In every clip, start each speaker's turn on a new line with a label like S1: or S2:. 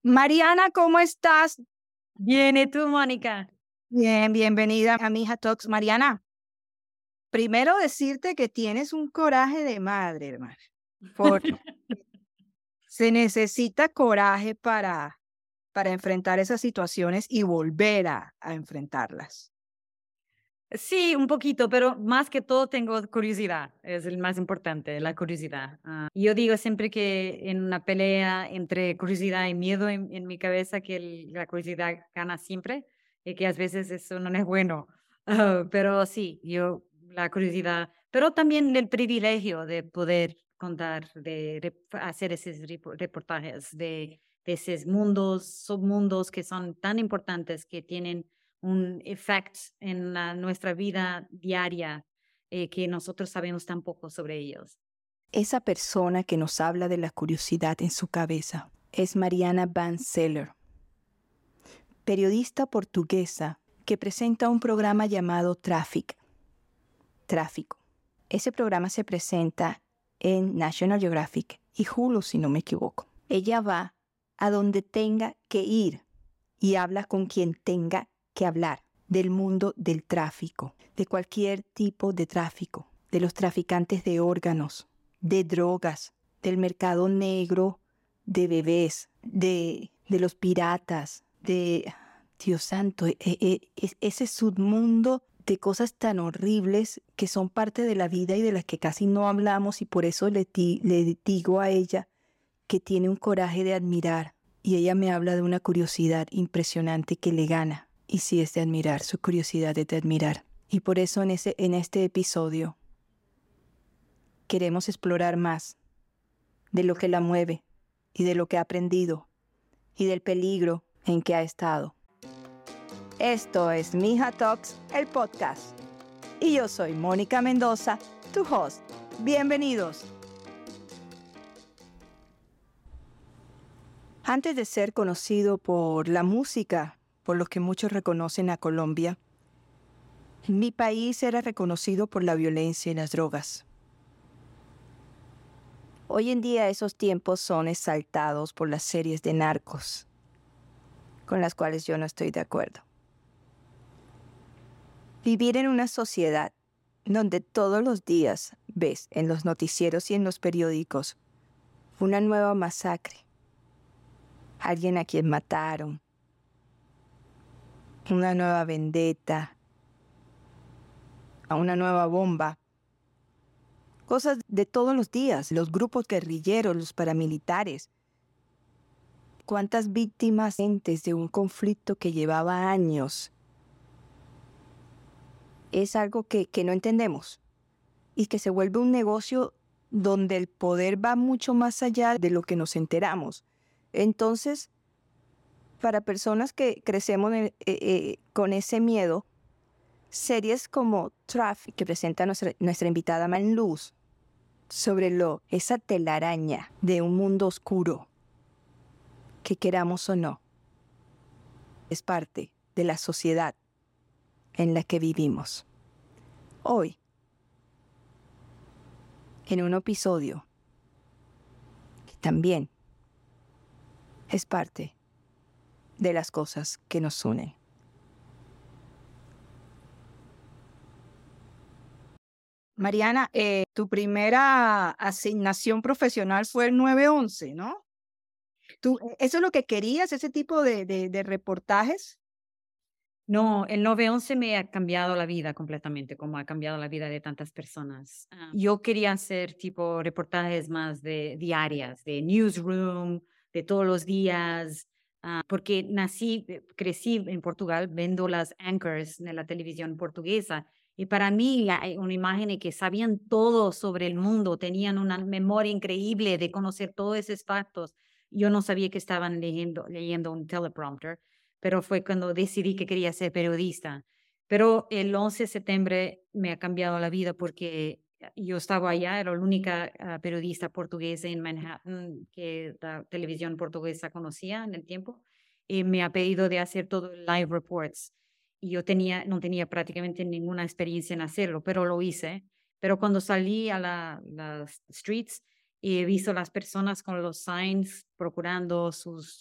S1: Mariana, ¿cómo estás?
S2: Bien, ¿y tú, Mónica?
S1: Bien, bienvenida a Mija Talks. Mariana, primero decirte que tienes un coraje de madre, hermano, porque se necesita coraje para enfrentar esas situaciones y volver a enfrentarlas.
S2: Sí, un poquito, pero más que todo tengo curiosidad, es el más importante, la curiosidad. Yo digo siempre que en una pelea entre curiosidad y miedo en mi cabeza, que la curiosidad gana siempre y que a veces eso no es bueno. Pero sí, yo la curiosidad, pero también el privilegio de poder contar, de hacer esos reportajes de esos mundos, submundos que son tan importantes, que tienen un efecto en nuestra vida diaria, que nosotros sabemos tan poco sobre ellos.
S1: Esa persona que nos habla de la curiosidad en su cabeza es Mariana Van Zeller, periodista portuguesa que presenta un programa llamado Tráfico. Ese programa se presenta en National Geographic y Hulu, si no me equivoco. Ella va a donde tenga que ir y habla con quien tenga que hablar del mundo del tráfico, de cualquier tipo de tráfico, de los traficantes de órganos, de drogas, del mercado negro, de bebés, de los piratas, de... Dios santo, ese submundo de cosas tan horribles que son parte de la vida y de las que casi no hablamos, y por eso le digo a ella que tiene un coraje de admirar, y ella me habla de una curiosidad impresionante que le gana. Y sí, es de admirar, su curiosidad es de admirar. Y por eso en este episodio queremos explorar más de lo que la mueve y de lo que ha aprendido y del peligro en que ha estado. Esto es Mija Talks, el podcast. Y yo soy Mónica Mendoza, tu host. Bienvenidos. Antes de ser conocido por la música, por lo que muchos reconocen a Colombia, mi país era reconocido por la violencia y las drogas. Hoy en día esos tiempos son exaltados por las series de narcos, con las cuales yo no estoy de acuerdo. Vivir en una sociedad donde todos los días ves en los noticieros y en los periódicos una nueva masacre, alguien a quien mataron, una nueva vendetta, una nueva bomba, cosas de todos los días, los grupos guerrilleros, los paramilitares. ¿Cuántas víctimas de un conflicto que llevaba años? Es algo que no entendemos y que se vuelve un negocio donde el poder va mucho más allá de lo que nos enteramos. Entonces, para personas que crecemos con ese miedo, series como Traffic, que presenta nuestra invitada Man Luz, sobre esa telaraña de un mundo oscuro, que queramos o no, es parte de la sociedad en la que vivimos. Hoy, en un episodio que también es parte de las cosas que nos unen. Mariana, tu primera asignación profesional fue el 911, ¿no? ¿Eso es lo que querías, ese tipo de reportajes?
S2: No, el 911 me ha cambiado la vida completamente, como ha cambiado la vida de tantas personas. Yo quería hacer tipo reportajes más de diarias, de newsroom, de todos los días, porque crecí en Portugal, viendo las anchors de la televisión portuguesa. Y para mí, hay una imagen de que sabían todo sobre el mundo, tenían una memoria increíble de conocer todos esos factos. Yo no sabía que estaban leyendo un teleprompter, pero fue cuando decidí que quería ser periodista. Pero el 11 de septiembre me ha cambiado la vida, porque yo estaba allá, era la única periodista portuguesa en Manhattan que la televisión portuguesa conocía en el tiempo, y me ha pedido de hacer todo el live reports. Y yo no tenía prácticamente ninguna experiencia en hacerlo, pero lo hice. Pero cuando salí a las streets y he visto las personas con los signs procurando sus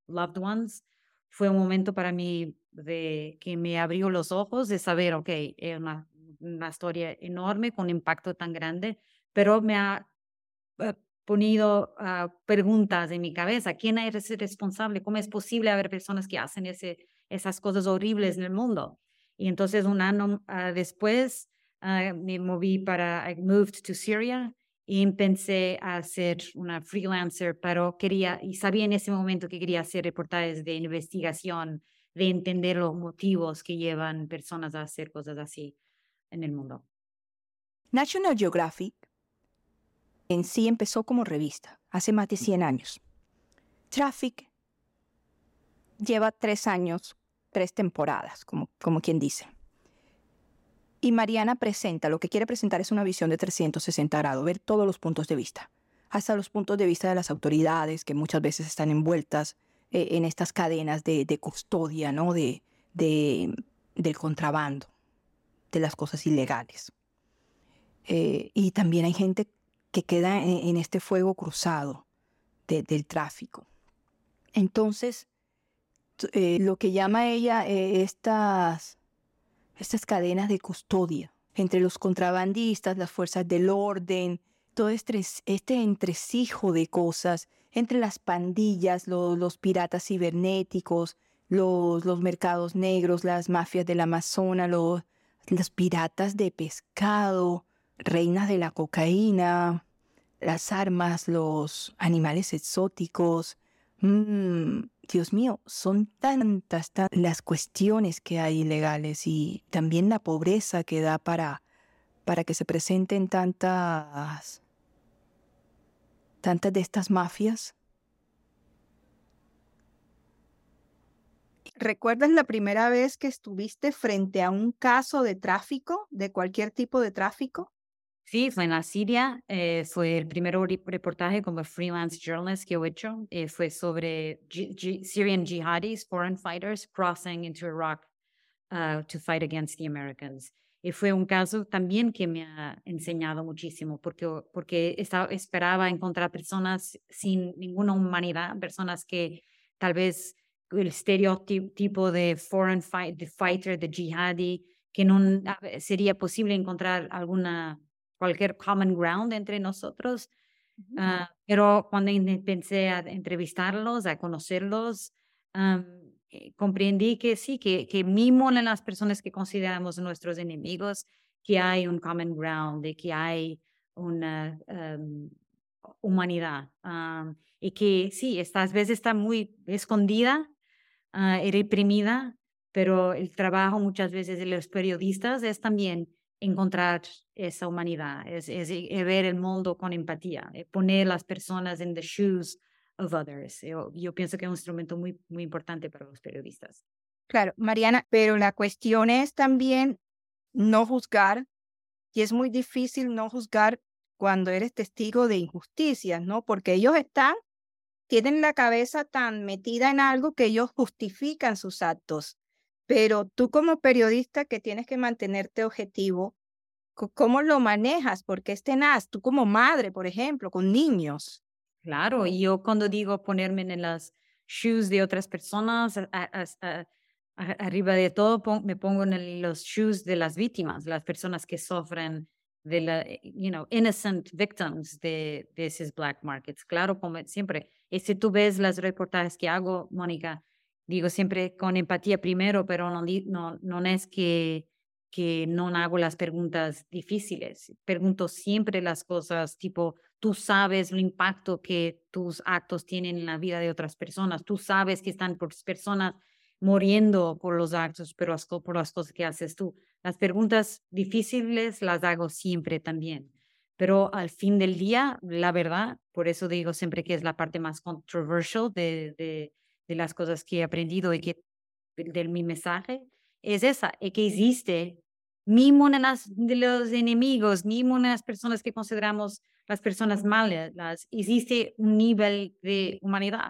S2: loved ones. Fue un momento para mí de que me abrió los ojos de saber, ok, es una historia enorme con impacto tan grande, pero me ha eh, ponido preguntas en mi cabeza. ¿Quién es el responsable? ¿Cómo es posible haber personas que hacen esas cosas horribles en el mundo? Y entonces un año después me moví I moved to Syria y empecé a ser una freelancer, pero quería, y sabía en ese momento que quería hacer reportajes de investigación, de entender los motivos que llevan personas a hacer cosas así en el mundo.
S1: National Geographic en sí empezó como revista hace más de 100 años. Traffic lleva 3 años, 3 temporadas, como quien dice. Y Mariana presenta, lo que quiere presentar es una visión de 360 grados, ver todos los puntos de vista, hasta los puntos de vista de las autoridades que muchas veces están envueltas en estas cadenas de custodia, ¿no? Del contrabando, de las cosas ilegales. Y también hay gente que queda en este fuego cruzado del tráfico. Entonces, lo que llama ella estas cadenas de custodia entre los contrabandistas, las fuerzas del orden, todo este entresijo de cosas entre las pandillas, los piratas cibernéticos, los mercados negros, las mafias del Amazonas, los piratas de pescado, reinas de la cocaína, las armas, los animales exóticos. Dios mío, son tantas las cuestiones que hay ilegales y también la pobreza que da para que se presenten tantas de estas mafias. ¿Recuerdas la primera vez que estuviste frente a un caso de tráfico, de cualquier tipo de tráfico?
S2: Sí, fue en la Siria, fue el primer reportaje como freelance journalist que he hecho, fue sobre Syrian jihadis, foreign fighters, crossing into Iraq to fight against the Americans. Y fue un caso también que me ha enseñado muchísimo, porque esperaba encontrar personas sin ninguna humanidad, personas que tal vez el estereotipo de de fighter, de jihadi, que no sería posible encontrar cualquier common ground entre nosotros. Pero cuando pensé a entrevistarlos, a conocerlos, comprendí que sí, que mismo en las personas que consideramos nuestros enemigos, que hay un common ground, de que hay una humanidad. Y que sí, estas veces está muy escondida y reprimida, pero el trabajo muchas veces de los periodistas es también encontrar esa humanidad, ver el mundo con empatía, poner las personas en the shoes of others. Yo pienso que es un instrumento muy, muy importante para los periodistas.
S1: Claro, Mariana, pero la cuestión es también no juzgar, y es muy difícil no juzgar cuando eres testigo de injusticias, ¿no? Porque ellos tienen la cabeza tan metida en algo que ellos justifican sus actos. Pero tú como periodista que tienes que mantenerte objetivo, ¿cómo lo manejas? Porque es tenaz. Tú como madre, por ejemplo, con niños.
S2: Claro, y yo cuando digo ponerme en las shoes de otras personas, arriba de todo me pongo en los shoes de las víctimas, las personas que sufren de innocent victims de esos black markets. Claro, como siempre, y si tú ves las reportajes que hago, Mónica, digo siempre con empatía primero, pero no es que no hago las preguntas difíciles. Pregunto siempre las cosas tipo, tú sabes el impacto que tus actos tienen en la vida de otras personas. Tú sabes que están personas muriendo por los actos, pero por las cosas que haces tú. Las preguntas difíciles las hago siempre también. Pero al fin del día, la verdad, por eso digo siempre que es la parte más controversial de las cosas que he aprendido y de mi mensaje, es esa, es que existe mismo en de los enemigos, mismo en las personas que consideramos las personas malas, existe un nivel de humanidad.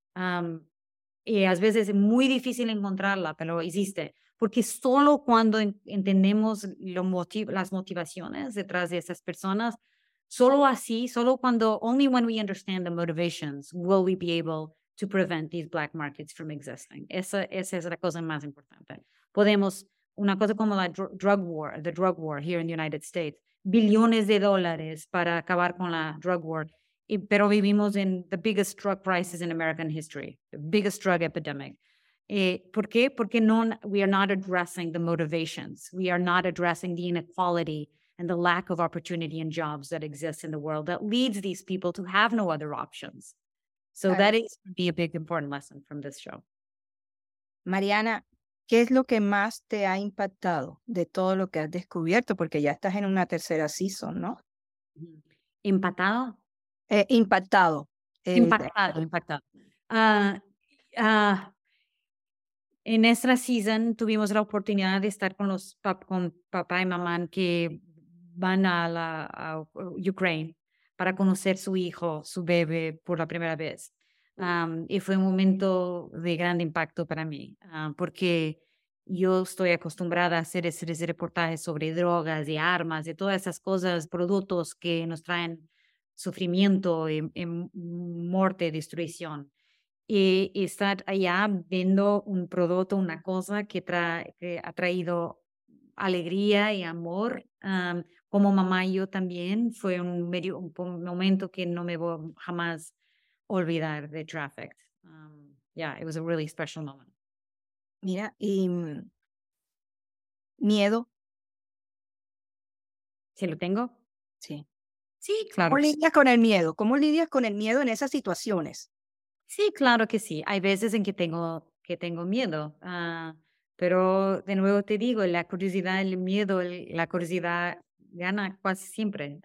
S2: Y a veces es muy difícil encontrarla, pero existe. Porque solo cuando entendemos las motivaciones detrás de esas personas, solo así, solo cuando, only when we understand the motivations, will we be able to prevent these black markets from existing. Esa es la cosa más importante. Podemos, una cosa como la the drug war here in the United States, billones de dólares para acabar con la drug war, pero vivimos en the biggest drug crisis in American history, the biggest drug epidemic. ¿Por qué? Porque we are not addressing the motivations. We are not addressing the inequality and the lack of opportunity and jobs that exist in the world that leads these people to have no other options. So
S1: Claro.
S2: that is be a big important lesson from this show.
S1: Mariana, ¿qué es lo que más te ha impactado de todo lo que has descubierto? Porque ya estás en una tercera season, ¿no?
S2: ¿Empatado?
S1: Impactado.
S2: Impactado. En esta season tuvimos la oportunidad de estar con con papá y mamá que van a Ucrania para conocer su hijo, su bebé, por la primera vez. Y fue un momento de gran impacto para mí, porque yo estoy acostumbrada a hacer ese reportaje sobre drogas y armas, de todas esas cosas, productos que nos traen sufrimiento y muerte, destrucción. Y estar allá viendo un producto, una cosa que ha traído alegría y amor, como mamá y yo también, fue un momento que no me voy jamás olvidar de Trafficked. Yeah, it was a really special moment.
S1: Mira, y miedo,
S2: ¿Sí lo tengo?
S1: sí.
S2: Sí, claro.
S1: ¿Cómo
S2: que sí.
S1: lidias con el miedo? ¿Cómo lidias con el miedo en esas situaciones?
S2: Sí, claro que sí. Hay veces en que tengo miedo, pero de nuevo te digo, la curiosidad, el miedo, la curiosidad gana casi siempre.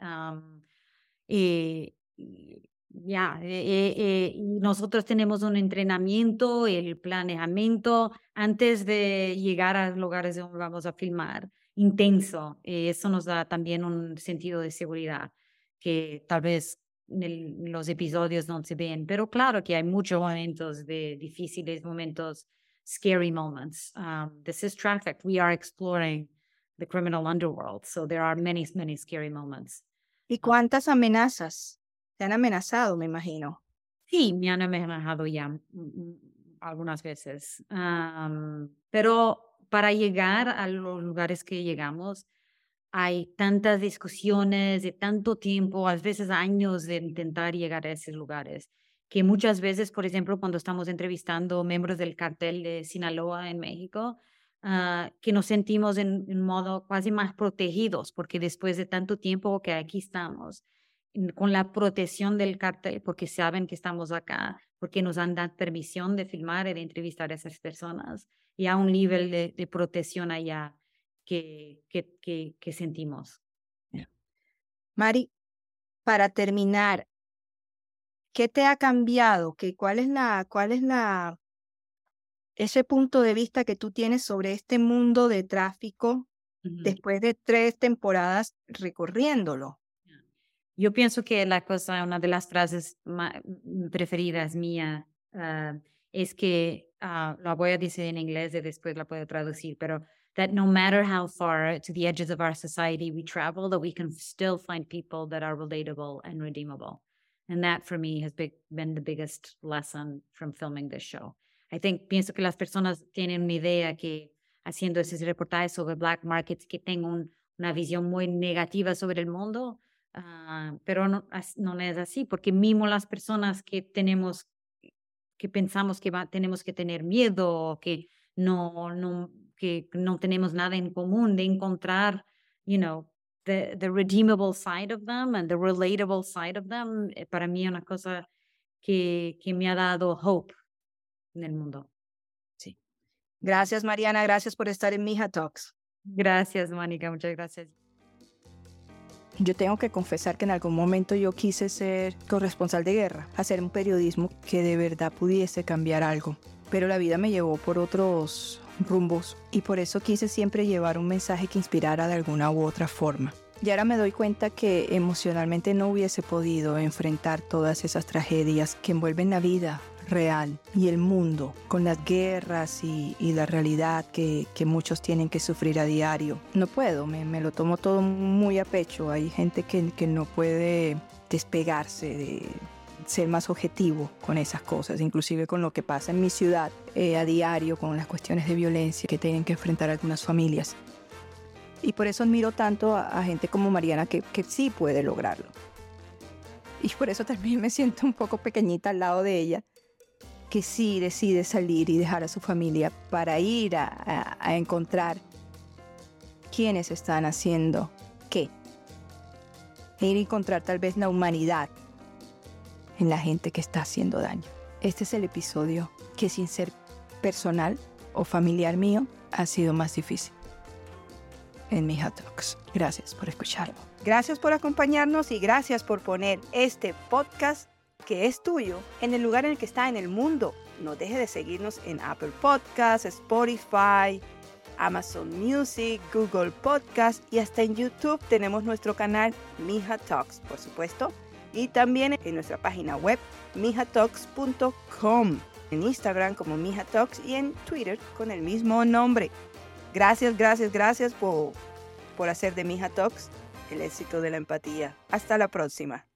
S2: Y nosotros tenemos un entrenamiento, el planeamiento antes de llegar a los lugares donde vamos a filmar, intenso. Eso nos da también un sentido de seguridad que tal vez en los episodios no se ven, pero claro que hay muchos momentos difíciles, momentos, scary moments. This is Trafficked. We are exploring the criminal underworld, so there are many, many scary moments.
S1: ¿Y cuántas amenazas te han amenazado, me imagino?
S2: Sí, me han amenazado ya algunas veces, pero para llegar a los lugares que llegamos, hay tantas discusiones de tanto tiempo, a veces años de intentar llegar a esos lugares, que muchas veces, por ejemplo, cuando estamos entrevistando miembros del cartel de Sinaloa en México, que nos sentimos en modo casi más protegidos, porque después de tanto tiempo que aquí estamos, con la protección del cartel, porque saben que estamos acá, porque nos han dado permisión de filmar y de entrevistar a esas personas, y a un nivel de protección allá que sentimos.
S1: Mari, para terminar, ¿qué te ha cambiado? ¿Cuál es ese punto de vista que tú tienes sobre este mundo de tráfico después de 3 temporadas recorriéndolo?
S2: Yo pienso que una de las frases preferidas mía es que, la voy a decir en inglés y después la puedo traducir, pero that no matter how far to the edges of our society we travel, that we can still find people that are relatable and redeemable. And that for me has been the biggest lesson from filming this show. Pienso que las personas tienen una idea que haciendo esos reportajes sobre black markets que tengo una visión muy negativa sobre el mundo, pero no es así, porque mismo las personas que pensamos que tenemos que tener miedo, que no tenemos nada en común, de encontrar, the redeemable side of them and the relatable side of them, para mí es una cosa que me ha dado hope en el mundo.
S1: Sí. Gracias, Mariana. Gracias por estar en Mija Talks.
S2: Gracias, Mónica. Muchas gracias.
S1: Yo tengo que confesar que en algún momento yo quise ser corresponsal de guerra, hacer un periodismo que de verdad pudiese cambiar algo. Pero la vida me llevó por otros rumbos y por eso quise siempre llevar un mensaje que inspirara de alguna u otra forma. Y ahora me doy cuenta que emocionalmente no hubiese podido enfrentar todas esas tragedias que envuelven la vida real y el mundo, con las guerras y la realidad que muchos tienen que sufrir a diario. No puedo, me lo tomo todo muy a pecho. Hay gente que no puede despegarse ser más objetivo con esas cosas, inclusive con lo que pasa en mi ciudad a diario, con las cuestiones de violencia que tienen que enfrentar algunas familias. Y por eso admiro tanto a gente como Mariana que sí puede lograrlo. Y por eso también me siento un poco pequeñita al lado de ella, que sí decide salir y dejar a su familia para ir a encontrar quiénes están haciendo qué. E ir a encontrar tal vez la humanidad en la gente que está haciendo daño. Este es el episodio que, sin ser personal o familiar mío, ha sido más difícil en Mija Talks. Gracias por escucharlo. Gracias por acompañarnos y gracias por poner este podcast que es tuyo en el lugar en el que está en el mundo. No deje de seguirnos en Apple Podcasts, Spotify, Amazon Music, Google Podcast y hasta en YouTube tenemos nuestro canal Mija Talks, por supuesto, y también en nuestra página web mijatalks.com, en Instagram como Mija Talks y en Twitter con el mismo nombre. Gracias por hacer de Mija Talks el éxito de la empatía. Hasta la próxima.